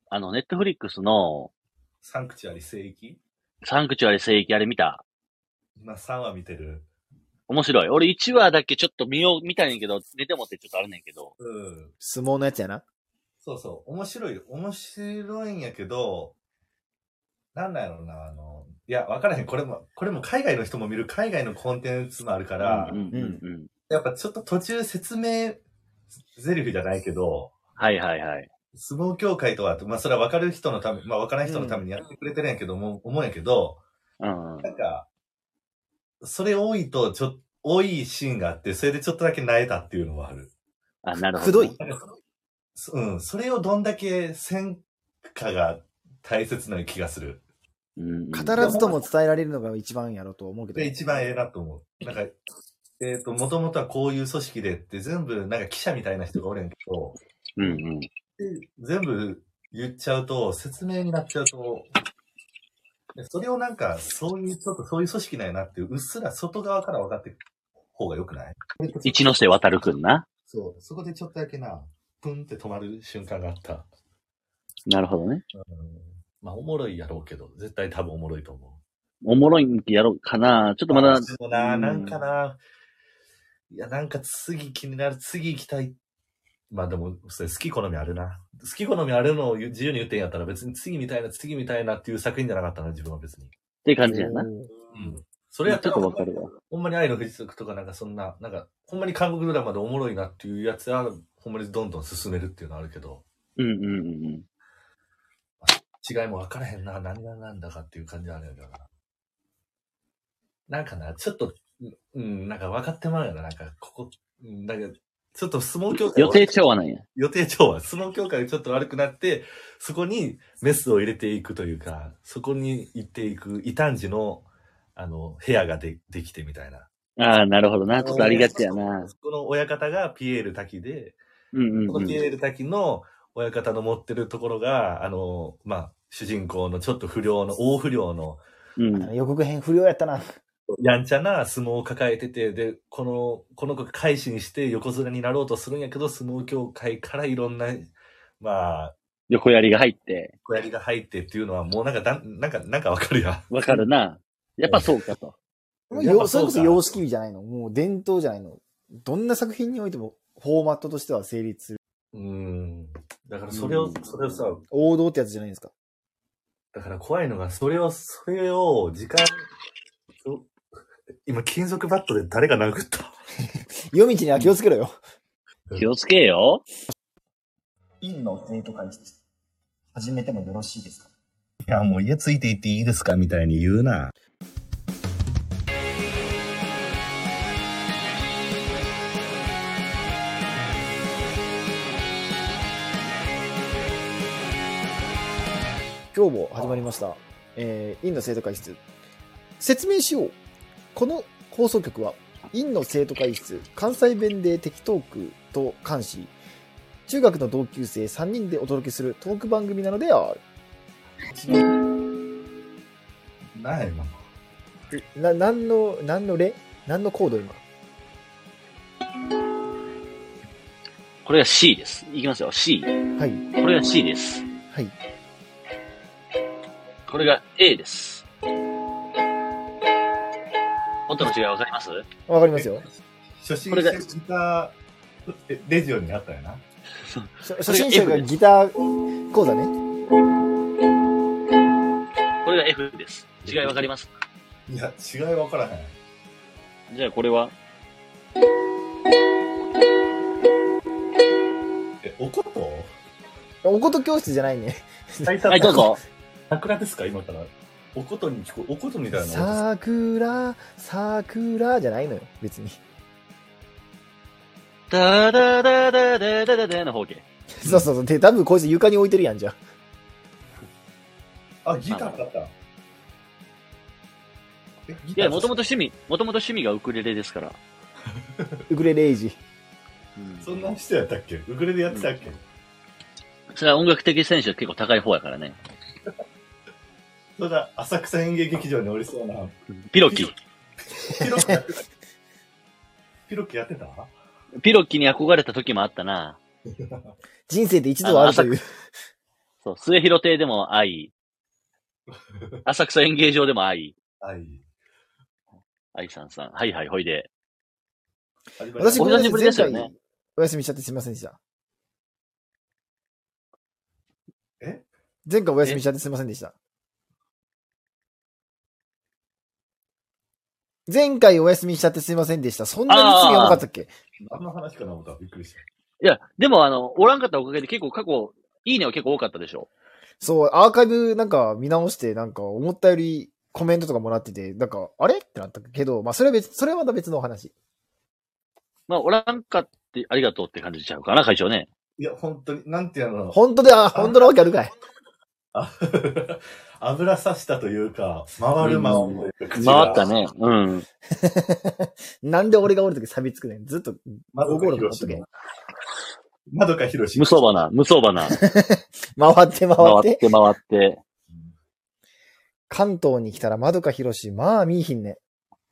ネットフリックスのサンクチュアリ聖域サンクチュアリ聖域あれ見た？ 今3話見てる。 面白い。俺1話だけちょっと見たいんやけど、寝てもってちょっとあるねんけど。 うん。 相撲のやつやな。 そうそう。面白いんやけど、なんだろうな、いや、わからへん。これも海外の人も見る海外のコンテンツもあるから、やっぱちょっと途中説明、ゼリフじゃないけど、 はいはいはい。 相撲協会とは、まあそれは分かる人のため、まあ分からない人のためにやってくれてるんやけども、思うんやけど、なんか、それ多いシーンがあって、それでちょっとだけ萎えたっていうのはある。 あ、なるほど。 くどい。 うん、それをどんだけせんかが大切な気がする。 語らずとも伝えられるのが一番やろうと思うけど。 一番ええなと思う。なんか、もともとはこういう組織でって全部、なんか記者みたいな人がおるんやけど、全部言っちゃうと、説明になっちゃうと、それをなんか、そういう組織なんやなっていう、うっすら外側から分かっていく方が良くない？ 一ノ瀬渡るくんな。 そう、そこでちょっとだけな、プンって止まる瞬間があった。 なるほどね。 まあ、おもろいやろうけど、絶対多分おもろいと思う。 おもろいんやろうかな。ちょっとまだ。 なんかな。いや、なんか次気になる。次行きたい。まあでも、それ好き好みあるな。好き好みあるのを自由に言ってんやったら別に次みたいなっていう作品じゃなかったな、自分は別に。 って感じやな。 それやったらちょっとわかるわ。 ほんまに愛の不時着とかなんかそんな、なんか、ほんまに韓国ドラマでおもろいなっていうやつは、ほんまにどんどん進めるっていうのはあるけど。違いも分からへんな。何がなんだかっていう感じはあるやけどな。なんかな、ちょっと、なんか分かってまうよな。なんか、なんか、ちょっと相撲協会。 予定調和なんや。 予定調和。相撲協会がちょっと悪くなって、そこにメスを入れていくというか、そこに行っていく異端児の、部屋ができてみたいな。 ああ、なるほどな。ちょっとありがちやな。 この親方がピエール滝で、このピエール滝の親方の持ってるところが、まあ、主人公のちょっと大不良の、 予告編不良やったな。 やんちゃな相撲を抱えてて、で、この子が改心して横綱になろうとするんやけど、相撲協会からいろんな、まあ、 横槍が入って。 横槍が入ってっていうのはもうなんかわかるや。 わかるな。やっぱそうかと。 それこそ様式美じゃないの。もう伝統じゃないの。どんな作品においてもフォーマットとしては成立する。 だからそれをさ、 王道ってやつじゃないですか。 だから怖いのが、それを今、金属バットで誰が殴った夜道には気をつけろよ。 気をつけよ。 院の生徒会室、始めてもよろしいですか？ いや、もう家ついていっていいですかみたいに言うな。 今日も始まりました。院の生徒会室。説明しよう。この放送局は、院の生徒会室、関西弁でテキトークと監視、中学の同級生3人でお届けするトーク番組なのである。 何や今何のコード今これが C です。いきますよ。C。 はい。 これが C です。 はい。 これが A です。音の違いわかります？ わかりますよ。 初心者ギターレジオにあったよな。 初心者がギター講座ね。 これが F です。違いわかります？ いや、違いわからへん。 じゃあこれはおことおこと教室じゃないね。 はい、どうぞ。 桜ですか今から。おことに聞こえ、おことみたいな。 桜じゃないのよ、別に。 ダダダダダダダダの方形。 そうそうそう。で、多分こいつ床に置いてるやん、じゃあ。ギターだった。 いや、もともと趣味がウクレレですから。 ウクレレイジ。 そんな人やったっけ？ウクレレやってたっけ？ それは音楽的選手は結構高い方やからね。 そうだ、浅草演芸劇場におりそうな。 ピロキ。 ピロキやってた？ピロキやってた？ ピロキに憧れた時もあったな。 人生で一度はあるという。 そう、末広亭でも愛。浅草演芸場でも愛。 はい。 愛さん。はいはい、ほいで。 私、ごめんなさい、 お久しぶりですよね前回お休みしちゃってすみませんでした。前回お休みしちゃってすみませんでした。前回お休みしちゃってすみませんでした。そんなに罪重かったっけ？ 何の話かな思ったらびっくりした。 いや、でもおらんかったおかげで結構過去、いいねは結構多かったでしょ。 そう、アーカイブなんか見直して、なんか思ったよりコメントとかもらってて、なんか、あれってなったけど、まあそれはまた別のお話。 まあ、おらんかってありがとうって感じちゃうかな、会長ね。 いや、本当に、なんていうの。 本当のわけあるかい。 油さしたというか、回るというか、口回ったね。うん。 なんで俺がおるとき錆びつくねん。ずっと、 窓か持っとけ。 窓か広し。 無双花。 回って。関東に来たら窓か広し、まあ見いひんね。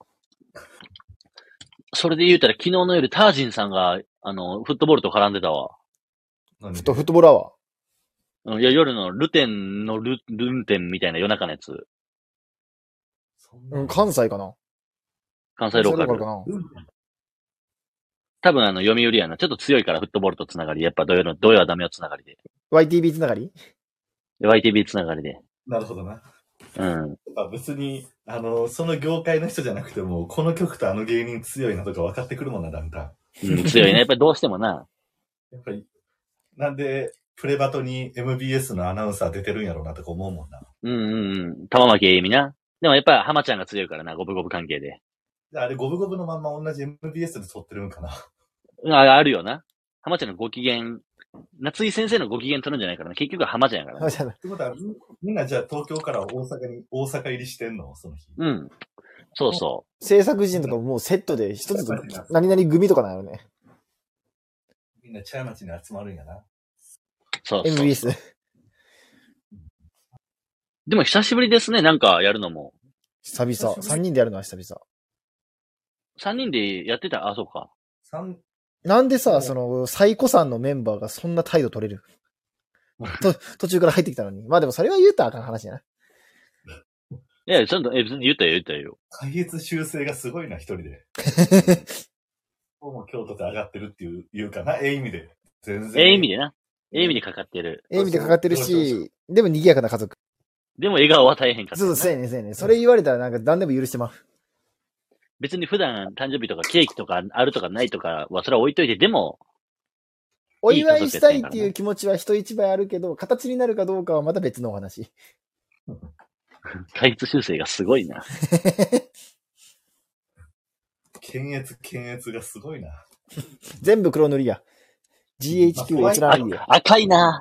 それで言うたら昨日の夜タージンさんが、フットボールと絡んでたわ。 フットボールアワー。いや、夜のルテンのルンテンみたいな夜中のやつ。 うん、関西かな。 関西ローカルかな。多分読売やな。ちょっと強いからフットボールとつながり。やっぱ土曜はダメよつながりで。 YTB つながり？ YTB つながりで。 なるほどな。 うん。 別に、その業界の人じゃなくても、この曲とあの芸人強いなとか分かってくるもんな、だんだん。 うん、強いね。やっぱりどうしてもな。 やっぱり、なんで、プレバトに MBS のアナウンサー出てるんやろうなとか思うもんな。 玉巻えみな。でもやっぱり浜ちゃんが強いからな、五分五分関係で。 あれ、五分五分のまんま同じ MBS で撮ってるんかな。 あるよな。浜ちゃんのご機嫌、夏井先生のご機嫌取るんじゃないからな。結局は浜ちゃんやからな。 ってことは、みんなじゃあ東京から大阪入りしてんのその日。 うん。そうそう。 制作陣とかももうセットで一つ何々組とかなのね。 みんな茶屋町に集まるんやな。 そう。 MBS。 でも久しぶりですね、なんかやるのも。 久々。3人でやるのは久々。 3人でやってた、あ、そうか。 なんでさ、最古参のメンバーがそんな態度取れる途中から入ってきたのに。まあでもそれは言うたらあかん話やな。 いや、ちゃんと、別に言ったよ。 開越修正がすごいな、一人で。もう京都で上がってるっていうかな、ええ意味で。全然。 ええ意味でな。ええ意味でかかってる。 ええ意味でかかってるし、でも賑やかな家族。 でも笑顔は大変かった。 そうやね。それ言われたらなんか何でも許してまう。 別に普段誕生日とかケーキとかあるとかないとかはそれは置いといて、でも、 お祝いしたいっていう気持ちは人一倍あるけど、形になるかどうかはまた別のお話。 開発修正がすごいな。 検閲がすごいな。 全部黒塗りや。GHQ 閲覧いいよ。 赤いな。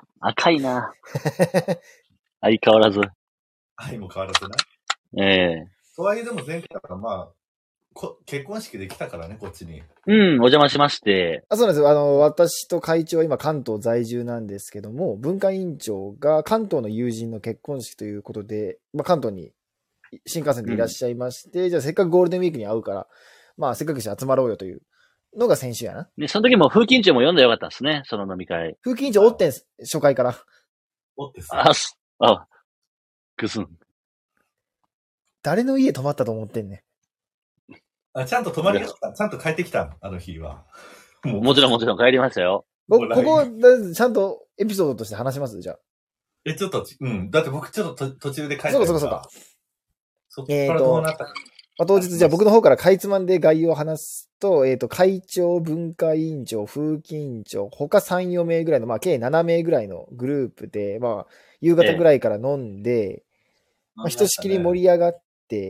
相変わらず。 愛も変わらずな。とはいえでも前回からまあ、結婚式で来たからね、こっちに。 うん、お邪魔しまして。 そうなんですよ。私と会長は今関東在住なんですけども、文化委員長が関東の友人の結婚式ということで、まあ関東に新幹線でいらっしゃいまして、じゃあせっかくゴールデンウィークに会うから、まあせっかくして集まろうよというのが先週やな。 ね、その時も風紀委員長も読んだらよかったですね、その飲み会。 風紀委員長おってん、初回から。 おってさ。 くすん。 誰の家泊まったと思ってんねん。ちゃんと泊まりました。ちゃんと帰ってきた、あの日は。 もちろん帰りましたよ。 ここ、ちゃんとエピソードとして話しますじゃあ。 ちょっと、だって僕ちょっと途中で帰った。 そうか。 そっからどうなったか。 当日じゃあ僕の方からかいつまんで概要を話すと、会長、文化委員長、風紀委員長、他3、4名ぐらいの、まあ計7名ぐらいのグループで、まあ夕方ぐらいから飲んで、まあひとしきり盛り上がって、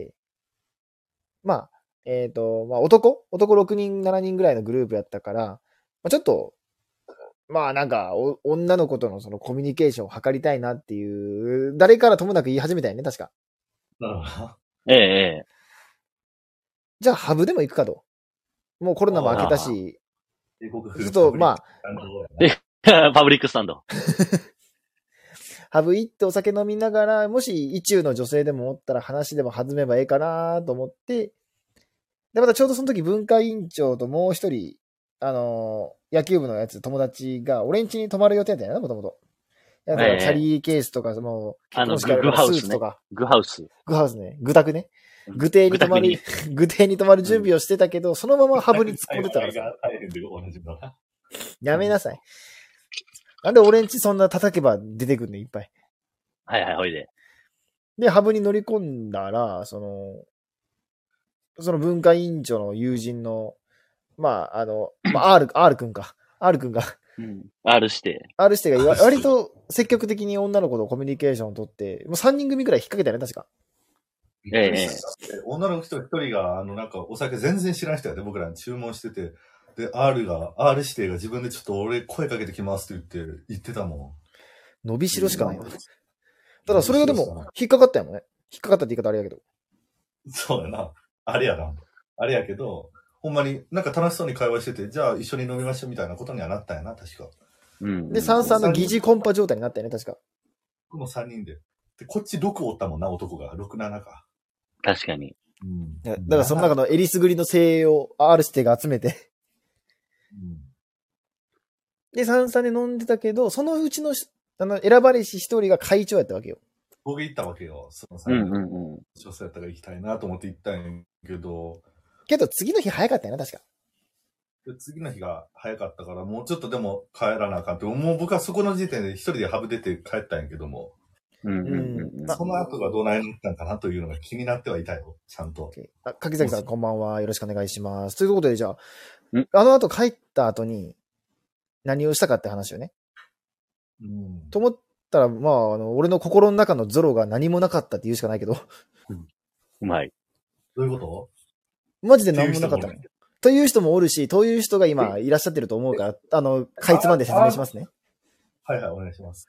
まあ、まあ男6人、7人ぐらいのグループやったから、まあ、ちょっと、まあなんか、女の子とのそのコミュニケーションを図りたいなっていう、誰からともなく言い始めたよね、確か。じゃあ、ハブでも行くかと。もうコロナも明けたし、ちょっと、まあ、パブリックスタンド。 ハブ行ってお酒飲みながら、もし意中の女性でもおったら話でも弾めばええかなと思って、で、またちょうどその時文化委員長ともう一人、野球部のやつ、友達が、俺ん家に泊まる予定だったよな、もともと。 キャリーケースとか、もう、 グハウスね。グハウスね。 具宅ね。具邸に泊まる準備をしてたけど、そのままハブに突っ込んでたからさ。やめなさい。なんで俺んちそんな叩けば出てくんねん、いっぱい。 はいはい、ほいで。 で、ハブに乗り込んだら、その文化委員長の友人の、R 君が、 R 指定が割と積極的に女の子とコミュニケーションを取って、もう3人組ぐらい引っ掛けたよね、確か。 女の人一人が、なんかお酒全然知らない人やで、僕らに注文してて、で、R 指定が自分でちょっと俺声かけてきますって言ってたもん。伸びしろしかないな。ただそれがでも、引っかかったよね。引っかかったって言い方あれやけど。 そうやな。あれやけど、ほんまになんか楽しそうに会話してて、じゃあ一緒に飲みましょうみたいなことにはなったんやな、確か。 で、33の疑似コンパ状態になったよね、確か。 僕も3人で。で、こっち6おったもんな、男が。6、7か。 確かに。 だからその中のえりすぐりの精鋭を R 指定が集めて。で、33で飲んでたけど、そのうちの、選ばれし一人が会長やったわけよ。 僕行ったわけよ。その3人。女性やったから行きたいなと思って行ったんやけど。 けど次の日早かったよな、確か。 次の日が早かったから、もうちょっとでも帰らなあかんって、もう僕はそこの時点で一人でハブ出て帰ったんやけども。その後がどないなったんかなというのが気になってはいたよ、ちゃんと。 柿崎さんこんばんは。よろしくお願いします。ということで、じゃあ、あの後帰った後に何をしたかって話よね。と思ったら、俺の心の中のゾロが何もなかったって言うしかないけど。 うまい。 どういうこと？ マジで何もなかったの。という人もおるし、という人が今いらっしゃってると思うから、かいつまんで説明しますね。 はいはい、お願いします。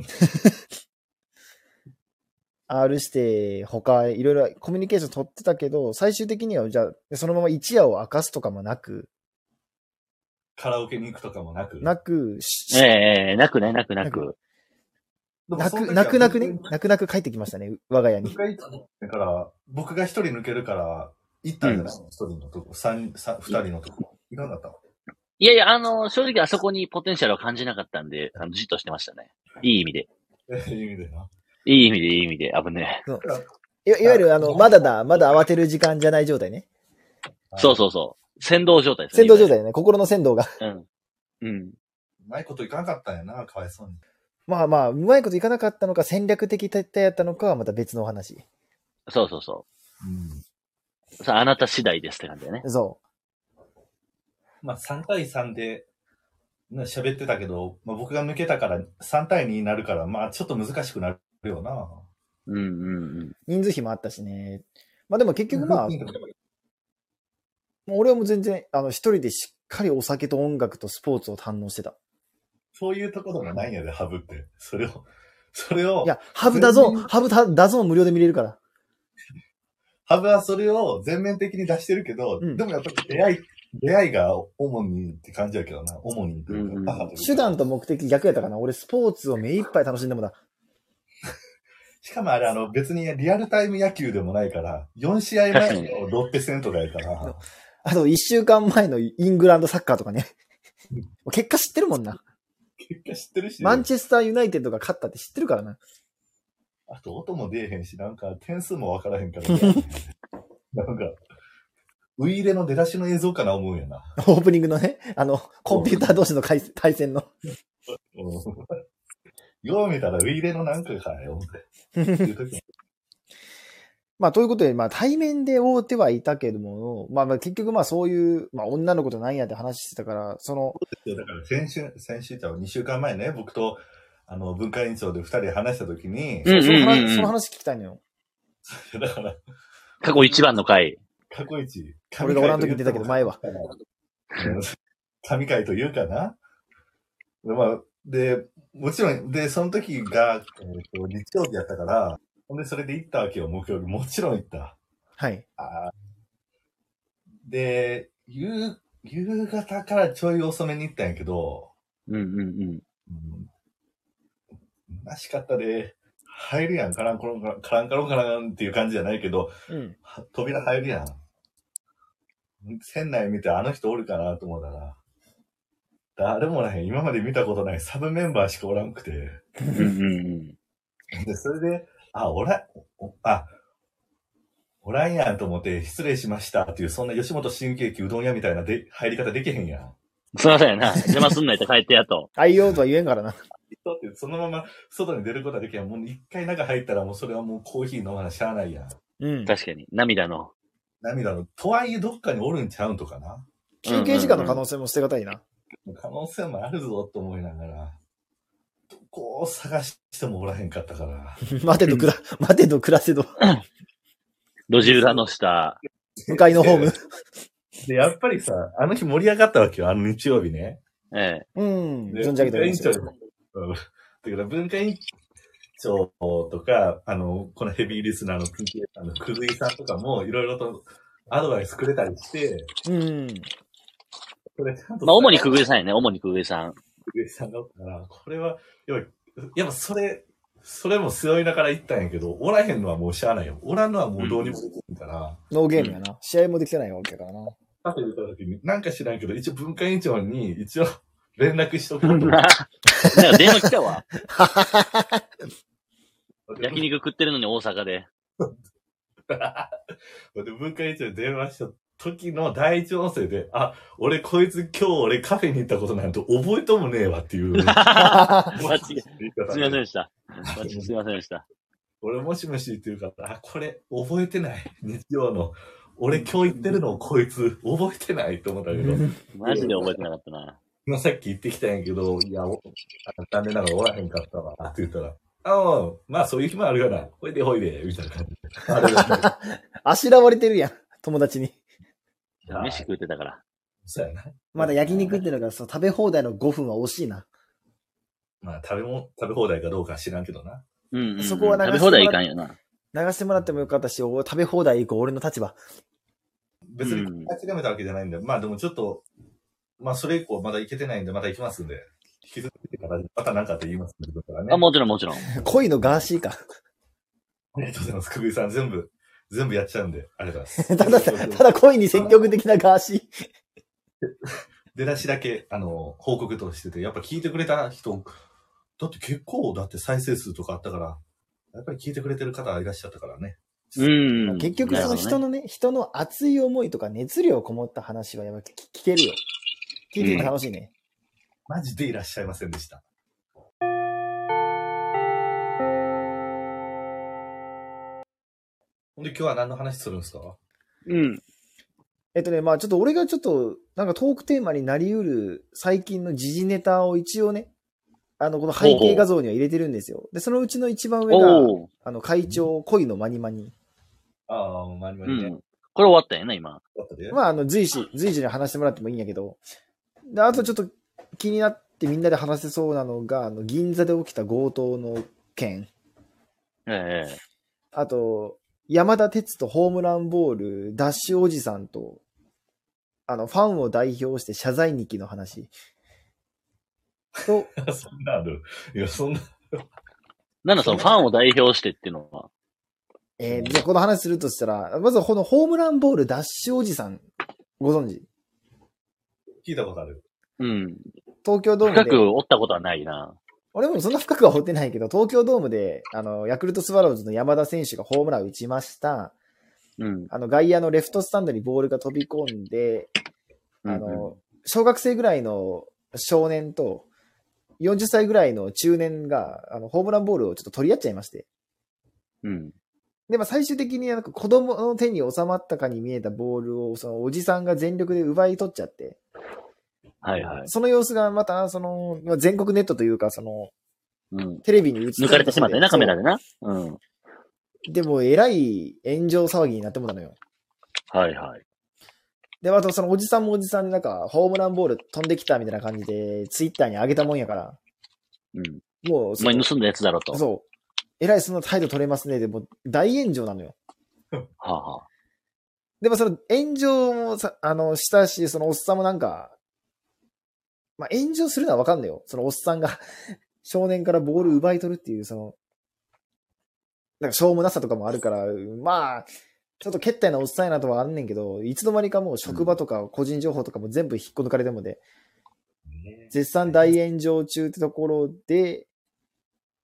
R 指定、他、いろいろコミュニケーション取ってたけど、最終的には、じゃあ、そのまま一夜を明かすとかもなく、 カラオケに行くとかもなく。 なく、 なく。 泣く帰ってきましたね、我が家に。 だから、僕が一人抜けるから、行ったんじゃない？一人のとこ、二人のとこ。いかんかったの？ いやいや、正直あそこにポテンシャルを感じなかったんで、じっとしてましたね。いい意味で。 いい意味でな。 いい意味で、危ねえ。いわゆる、まだ慌てる時間じゃない状態ね。 そう。先導状態ですね。先導状態ね。心の先導が。 うまいこといかなかったんやな、かわいそうに。 うまいこといかなかったのか、戦略的撤退やったのかはまた別のお話。 そう。さあ、あなた次第ですって感じだね。 そう。 3対3で、喋ってたけど、僕が抜けたから3対2になるから、ちょっと難しくなるよな。 人数比もあったしね。でも結局俺はもう全然、一人でしっかりお酒と音楽とスポーツを堪能してた。 そういうところもないんやで、ハブって。それを。いや、ハブダゾーン無料で見れるから。 ハブはそれを全面的に出してるけど、でもやっぱり出会いが主にって感じやけどな。主にというか、 手段と目的逆やったかな。俺スポーツを目いっぱい楽しんでもだ。 しかもあれ別にリアルタイム野球でもないから、4試合前のロッテ戦とかやから。 あと1週間前のイングランドサッカーとかね。結果知ってるもんな。 結果知ってるし、 マンチェスターユナイテッドが勝ったって知ってるからな。 あと音も出えへんし、なんか点数もわからへんから。なんか、ウイイレの出だしの映像かな思うんやな。 オープニングのね、コンピューター同士の対戦の。 よう見たらウイイレのなんかかよ、って。 ということで、対面で会うてはいたけども、結局そういう、女の子となんやって話してたから、 だから先週じゃ2週間前ね、僕と、文化委員長で2人で話したときに、 その話聞きたいのよ。 だから、 過去一番の回。 過去一。 俺がおらんとき言ってたけど、前は。 神回というかな。で、もちろん、で、その時が、日曜日やったから、ほんで、それで行ったわけよ、木曜日。もちろん行った。 はい。 で、夕方からちょい遅めに行ったんやけど、らしかったで、入るやん、カランカロンっていう感じじゃないけど、扉入るやん。船内見てあの人おるかなと思ったら、誰もない、今まで見たことないサブメンバーしかおらんくて。 で、それで、おらんやんと思って、失礼しましたっていう、そんな吉本新喜劇うどん屋みたいな入り方できへんやん。 すいませんな。邪魔すんないと帰ってやと。 愛用とは言えんからな。 そのまま外に出ることはできへん。もう一回中入ったらもうそれはもうコーヒー飲まなしゃあないやん。 うん。 確かに。涙の。 とはいえどっかにおるんちゃうんとかな。 休憩時間の可能性も捨てがたいな。 可能性もあるぞと思いながら、どこを探してもおらへんかったから。 待てど暮らせど。 路地裏の下。 向かいのホーム。 で、やっぱりさ、あの日盛り上がったわけよ、あの日曜日ね。 ええ。 うん。存じ上げておりますよ。 だから文化委員長とか、このヘビーリスナーのくずいさんとかもいろいろとアドバイスくれたりして、 うん。 これちゃんと。 まあ、主にくぐいさんやね、主にくぐいさん。 くぐいさんだったから、これは、やっぱそれも背負いながら言ったんやけど、おらへんのはもうしゃあないよ。おらんのはもうどうにもできんから。 ノーゲームやな。試合もできてないわけだからな。 パフェ言った時に、なんか知らんけど、一応文化委員長に一応連絡しとく。 なんか電話来たわ。焼肉食ってるのに大阪で。 で、文化委員長に電話した時の第一音声で、俺こいつ今日俺カフェに行ったことなんて覚えともねえわっていう。 すいませんでした。すいませんでした。 俺もしもしって言うから、これ覚えてない。日曜の。俺今日言ってるのをこいつ覚えてないと思ったけど。 マジで覚えてなかったな。 さっき言ってきたんやけど、いや、残念ながらおらへんかったわ。って言ったら、まあそういう日もあるよな。ほいで、みたいな感じで。 あしらわれてるやん。友達に。 飯食ってたから。 そうやな。 まだ焼肉ってのが、食べ放題の5分は惜しいな。 まあ食べ放題かどうか知らんけどな。 そこは食べ放題いかんよな。 流してもらってもよかったし、食べ放題以降俺の立場。 別に諦めたわけじゃないんで、まあでもちょっと、まあそれ以降まだ行けてないんで、また行きますんで、引き続きからまた何かって言いますんで、ね。 もちろんもちろん。 恋のガーシーか。 ありがとうございます。くぐいさん全部やっちゃうんで、ありがとうございます。ただ恋に積極的なガーシー。 出だしだけ、報告としてて、やっぱ聞いてくれた人、だって結構、再生数とかあったから、やっぱり聞いてくれてる方いらっしゃったからね。 結局その人の熱い思いとか熱量こもった話はやっぱ聞けるよ。聞いてて楽しいね。 マジでいらっしゃいませんでした。ほんで今日は何の話するんですか？ まあちょっと俺がちょっとなんかトークテーマになり得る最近の時事ネタを一応ね、この背景画像には入れてるんですよ。で、そのうちの一番上が、会長、恋のマニマニ。 マニマニね。 これ終わったよね、今。 まあ、随時に話してもらってもいいんやけど。で、あとちょっと気になってみんなで話せそうなのが、銀座で起きた強盗の件。あと、山田哲人ホームランボール、ダッシュおじさんと、ファンを代表して謝罪日記の話。 そんなある。いや、そんな。 なんだそのファンを代表してっていうのは。 じゃあこの話するとしたら、まずこのホームランボールダッシュおじさん、ご存知？ 聞いたことある。 東京ドームで。 深く追ったことはないな。 俺もそんな深くは追ってないけど、東京ドームで、ヤクルトスワローズの山田選手がホームランを打ちました。外野のレフトスタンドにボールが飛び込んで、小学生ぐらいの少年と、40歳ぐらいの中年が、ホームランボールをちょっと取り合っちゃいまして。で、最終的に子供の手に収まったかに見えたボールを、そのおじさんが全力で奪い取っちゃって。その様子がまた、全国ネットというか、テレビに映って。 抜かれてしまったね、カメラでな。 でも、えらい炎上騒ぎになってもらうのよ。で、あとそのおじさんもおじさんでホームランボール飛んできたみたいな感じで、ツイッターに上げたもんやから。もう、 お前盗んだやつだろと。 そう。えらいその態度取れますね。でも、大炎上なのよ。でもその炎上もしたし、そのおっさんも炎上するのはわかんないよ。そのおっさんが少年からボール奪い取るっていう、しょうもなさとかもあるから、まあ、ちょっと決体なおっさんやなとはあんねんけど、いつの間にかもう職場とか個人情報とかも全部引っこ抜かれてもで、絶賛大炎上中ってところで、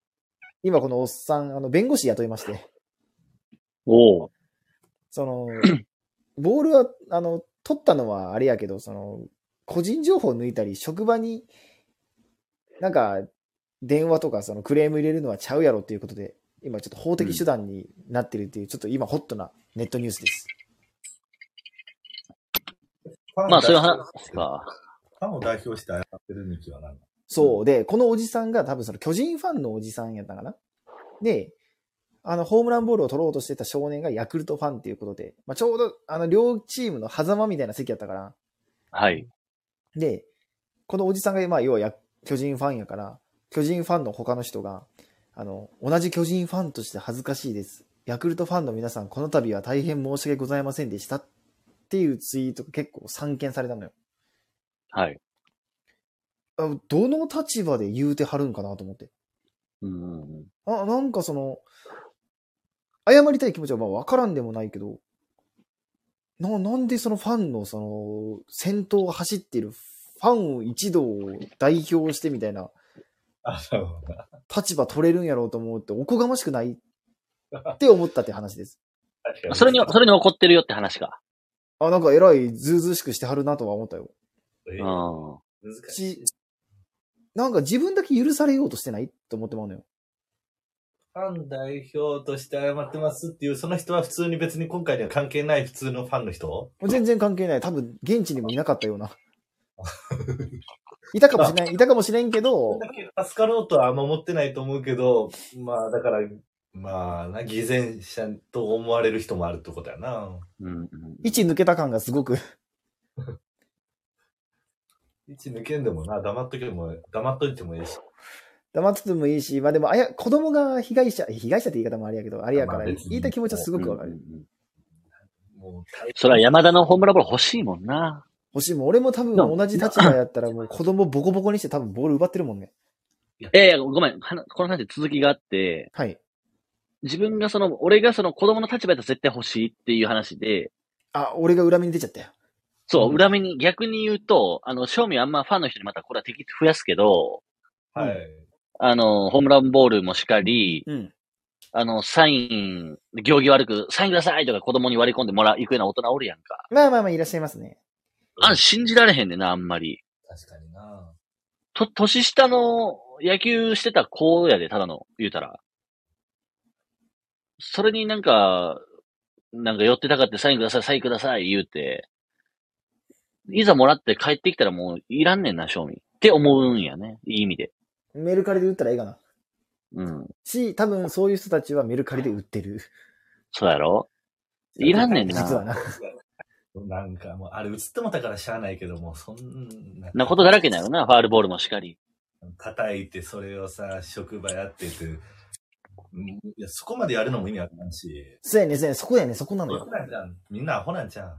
今このおっさん、弁護士雇いまして。 おお。 ボールは、取ったのはあれやけど、個人情報抜いたり、職場に、なんか、電話とかクレーム入れるのはちゃうやろっていうことで、今ちょっと法的手段になってるっていう、ちょっと今ホットなネットニュースです。 まあ、そういう話か。 ファンを代表して謝ってる向きは何だ？ そう。で、このおじさんが多分巨人ファンのおじさんやったかな。で、ホームランボールを取ろうとしてた少年がヤクルトファンっていうことで、まあ、ちょうど、両チームの狭間みたいな席やったから。 はい。 で、このおじさんが、まあ、要は巨人ファンやから、巨人ファンの他の人が、同じ巨人ファンとして恥ずかしいです。ヤクルトファンの皆さん、この度は大変申し訳ございませんでした。っていうツイートが結構散見されたのよ。 はい。 どの立場で言うてはるんかなと思って。なんか謝りたい気持ちはまあ分からんでもないけど、なんでそのファンの先頭を走っているファン一同を代表してみたいな立場取れるんやろうと思うっておこがましくないって思ったって話です。 それに怒ってるよって話か。 なんか偉いずうずうしくしてはるなとは思ったよ。 難しい。 なんか自分だけ許されようとしてないって思ってまうのよ。 ファン代表として謝ってますっていう、その人は普通に別に今回には関係ない普通のファンの人？ 全然関係ない。多分現地にもいなかったような。いたかもしれんけど。 助かろうとはあんま思ってないと思うけど、まあだから、まあ偽善者と思われる人もあるってことやな。 位置抜けた感がすごく。 位置抜けんでもな、黙っといてもいいし。 黙っててもいいし、まあでも、子供が被害者って言い方もあれやけど、あれやから、言いたい気持ちはすごくわかる。 それは山田のホームランボール欲しいもんな。 欲しいもん。俺も多分同じ立場やったらもう子供ボコボコにして多分ボール奪ってるもんね。 ごめん。この話続きがあって、 はい。 自分が俺が子供の立場だと絶対欲しいっていう話で。 俺が裏目に出ちゃったよ。 そう、裏目に、逆に言うと、正味あんまファンの人にまたこれは敵増やすけど、 はい。 ホームランボールもしかり、サイン、行儀悪く、サインくださいとか子供に割り込んで行くような大人おるやんか。 まあ、いらっしゃいますね。 信じられへんねんな、あんまり。 確かにな。 年下の野球してた子やで、ただの、言うたら。それになんか寄ってたかってサインください、言うて、いざもらって帰ってきたらもういらんねんな、正味。って思うんやね。いい意味で。 メルカリで売ったらええかな。多分そういう人たちはメルカリで売ってる。 そうやろ？いらんねんな。 実はな。 なんかもう、あれ映ってもたからしゃあないけども、そんなことだらけだよな、ファールボールもしかり。 叩いて、それをさ、職場やってて、いや、そこまでやるのも意味わかんし。 そうやね、そこやね、そこなのよ。 みんなアホなんちゃう。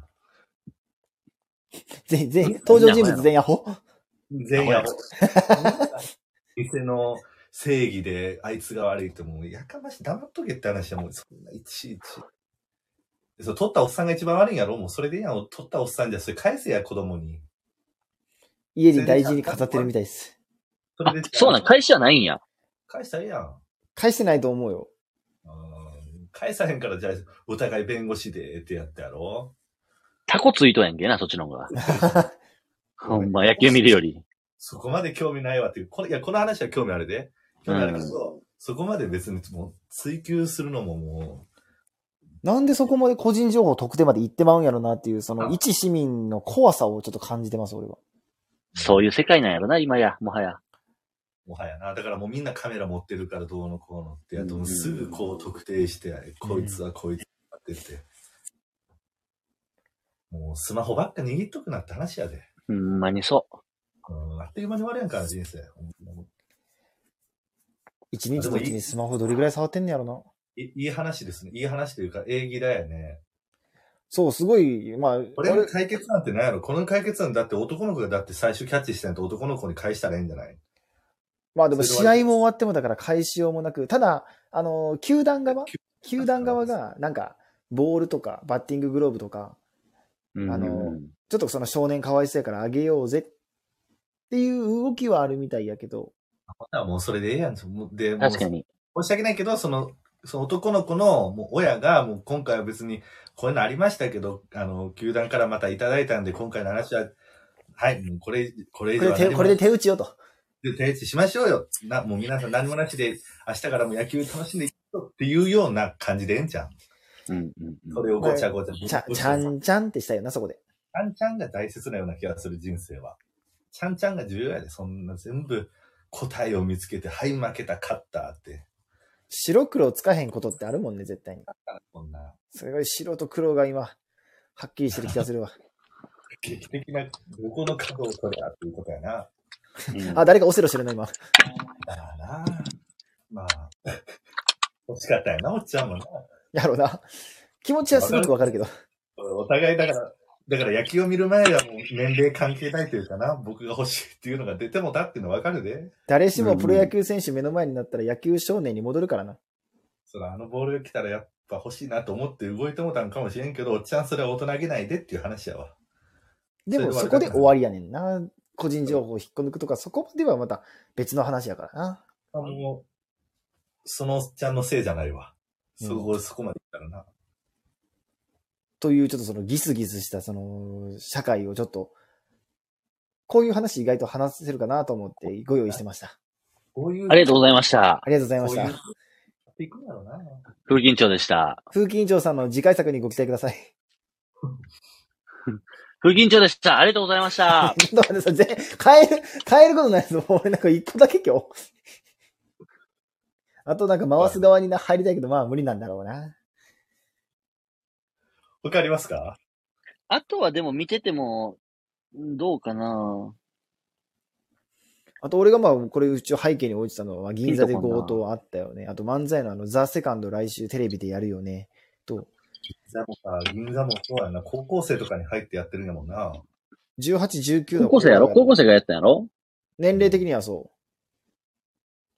全員、登場人物全員アホ？ 全員アホ。店の正義であいつが悪いってもうやかましい、黙っとけって話はもうそんないちいち。取ったおっさんが一番悪いんやろ？もうそれでいいやん。取ったおっさんじゃそれ返せや、子供に。 家に大事に飾ってるみたいです。 そうなん、返しはないんや。 返したらいいやん。 返してないと思うよ。 返さへんからじゃあお互い弁護士でってやってやろう。 タコついとんやんけな、そっちの方が。ほんま、野球見るより。 そこまで興味ないわっていう。この話は興味あるで。興味あるけど、そこまで別にもう追求するのももう。なんでそこまで個人情報特定まで行ってまうんやろなっていう、一市民の怖さをちょっと感じてます、俺は。 そういう世界なんやろな、今や、もはや。 もはやな。だからもうみんなカメラ持ってるからどうのこうのってやと、すぐこう特定して、こいつはこいつって言って。もうスマホばっか握っとくなって話やで。 ほんまにそう。 あっという間に終わるやんから、人生。 一日のうちにスマホどれぐらい触ってんねやろな。 いい話ですね。いい話というか、礼儀だよね。 そう、すごい、まあ。 これの解決なんて何やろ？この解決なんだって男の子がだって最初キャッチしたんと男の子に返したらいいんじゃない？ まあでも試合も終わってもだから返しようもなく、ただ、球団側が、なんか、ボールとか、バッティンググローブとか、ちょっとその少年かわいそうやからあげようぜっていう動きはあるみたいやけど。 もうそれでええやん。 確かに。 申し訳ないけど、その男の子のもう親が、もう今回は別にこういうのありましたけど、球団からまたいただいたんで、今回の話は、はい、もうこれ以上はこれで手打ちよと。 手打ちしましょうよ。もう皆さん何もなしで、明日からも野球楽しんでいこうっていうような感じでええんじゃん。それをごちゃごちゃ。 ちゃんちゃんってしたよな、そこで。 ちゃんちゃんが大切なような気がする、人生は。ちゃんちゃんが重要やで、そんな全部答えを見つけて、はい、負けた、勝ったって。 白黒つかへんことってあるもんね、絶対に。 こんな。 すごい白と黒が今、はっきりしてる気がするわ。 劇的な、どこの角を取れやっていうことやな。 あ、誰かオセロしてるな、今。 だからな。まあ、欲しかったやな、おっちゃんもな。 やろうな。気持ちはすごくわかるけど。 お互いだから野球を見る前はもう年齢関係ないというかな、僕が欲しいっていうのが出てもたっていうのわかるで。 誰しもプロ野球選手目の前になったら野球少年に戻るからな。 そら、ボールが来たらやっぱ欲しいなと思って動いてもたんかもしれんけど、おっちゃんそれは大人げないでっていう話やわ。 でもそこで終わりやねんな。個人情報を引っこ抜くとか、そこではまた別の話やからな。 そのおっちゃんのせいじゃないわ。そこまでいったらな。 というちょっとそのギスギスしたその社会をちょっと、こういう話意外と話せるかなと思ってご用意してました。 ありがとうございました。 ありがとうございました。 風紀委員長でした。 風紀委員長さんの次回作にご期待ください。 風紀委員長でした。ありがとうございました。 ちょっと待って変えることないです。俺なんか一個だけ今日。あとなんか回す側に入りたいけど、まあ無理なんだろうな。 わかりますか？ あとはでも見てても、どうかな。 あと俺がまあこれうち背景に置いてたのは銀座で強盗あったよね。あと漫才のザ・セカンド来週テレビでやるよね。と。 銀座もそうやな。高校生とかに入ってやってるんやもんな。 18、19の高校生やろ？高校生がやったんやろ？ 年齢的にはそう。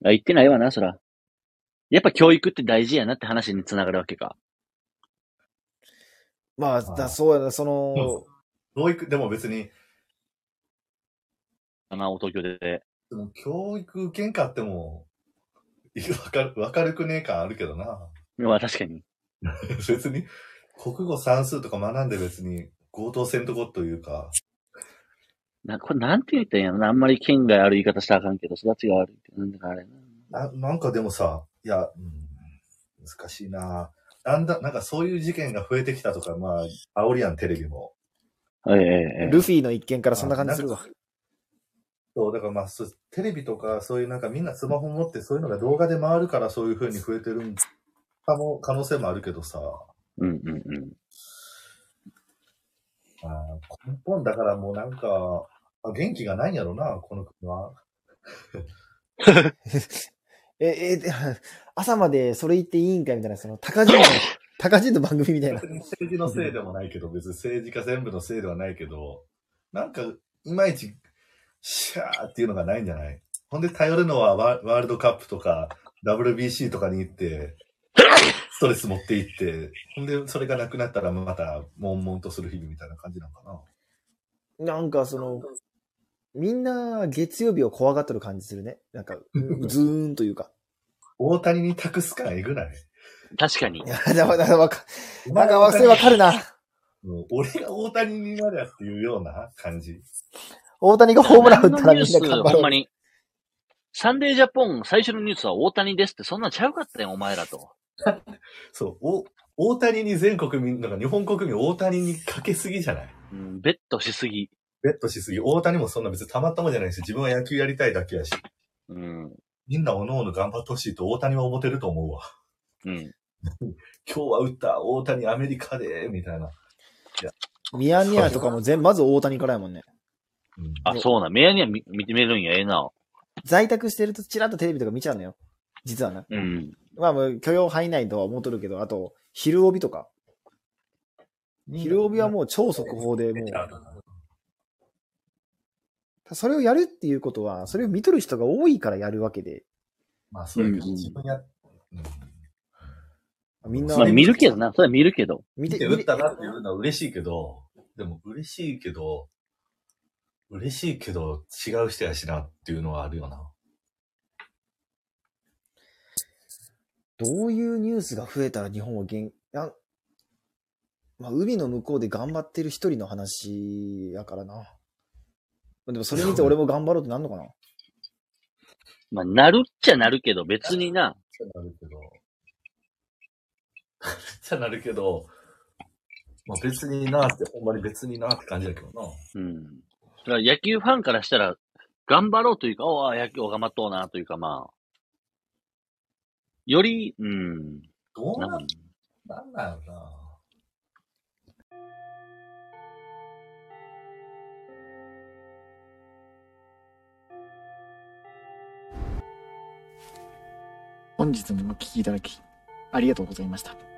言ってないわな、そら。やっぱ教育って大事やなって話につながるわけか。 まあ、そうやな、その、 教育、でも別に、 東京で。 でも教育受けんかっても、わかるくねえ感あるけどな。 まあ確かに。 別に、国語算数とか学んで別に強盗せんとこというか。 これなんて言ったんやろな。あんまり県外ある言い方したらあかんけど、育ちが悪いって。なんだかあれな。なんかでもさ、いや、難しいな。なんかそういう事件が増えてきたとか、まあ、煽りやん、テレビも。 ルフィの一件からそんな感じするわ。 そう、だからまあ、テレビとかそういうなんかみんなスマホ持ってそういうのが動画で回るからそういう風に増えてる可能性もあるけどさ。根本だからもうなんか、元気がないんやろな、この国は。 朝までそれ言っていいんかみたいな、その、高人の番組みたいな。 政治のせいでもないけど、別に政治家全部のせいではないけど、なんか、いまいち、シャーっていうのがないんじゃない？ほんで頼るのはワールドカップとか、WBC とかに行って、ストレス持って行って、ほんで、それがなくなったらまた、悶々とする日々みたいな感じなのかな。なんかその、みんな月曜日を怖がってる感じするね。なんか、ズーンというか。 大谷に託す感えぐない？ 確かに。 いや、なんかそれわかるな。 俺が大谷になるやっていうような感じ。 大谷がホームラン打ったらみんな頑張ろう。 ほんまに。サンデージャポン最初のニュースは大谷ですってそんなんちゃうかったよ、お前らと。 そう、大谷に全国民、なんか日本国民大谷にかけすぎじゃない？ ベッドしすぎ。 大谷もそんな別にたまったもんじゃないし、自分は野球やりたいだけやし。みんなおのおの頑張ってほしいと大谷は思ってると思うわ。今日は打った大谷アメリカで、みたいな。 ミヤネ屋とかもまず大谷からやもんね。 そうな。ミヤネ屋見てみるんや、ええな。 在宅してるとチラッとテレビとか見ちゃうのよ。実はな。まあもう許容範囲内とは思っとるけど、あと、昼帯とか。昼帯はもう超速報でもう。それをやるっていうことは、それを見とる人が多いからやるわけで。 まあそういう自分や、 みんな。 まあ見るけどな。それは見るけど。 見て打ったなっていうのは嬉しいけど、でも嬉しいけど違う人やしなっていうのはあるよな。 どういうニュースが増えたら日本はまあ、海の向こうで頑張ってる一人の話やからな。でもそれ見て俺も頑張ろうってなんのかな。 まあ、なるっちゃなるけど、別にな。 なるけど、まあ別になって、ほんまに別になって感じだけどな。 うん。だから野球ファンからしたら、頑張ろうというか、野球を頑張っとうなというか、まあ、より、 どうなんやろな。 本日もお聞きいただき、ありがとうございました。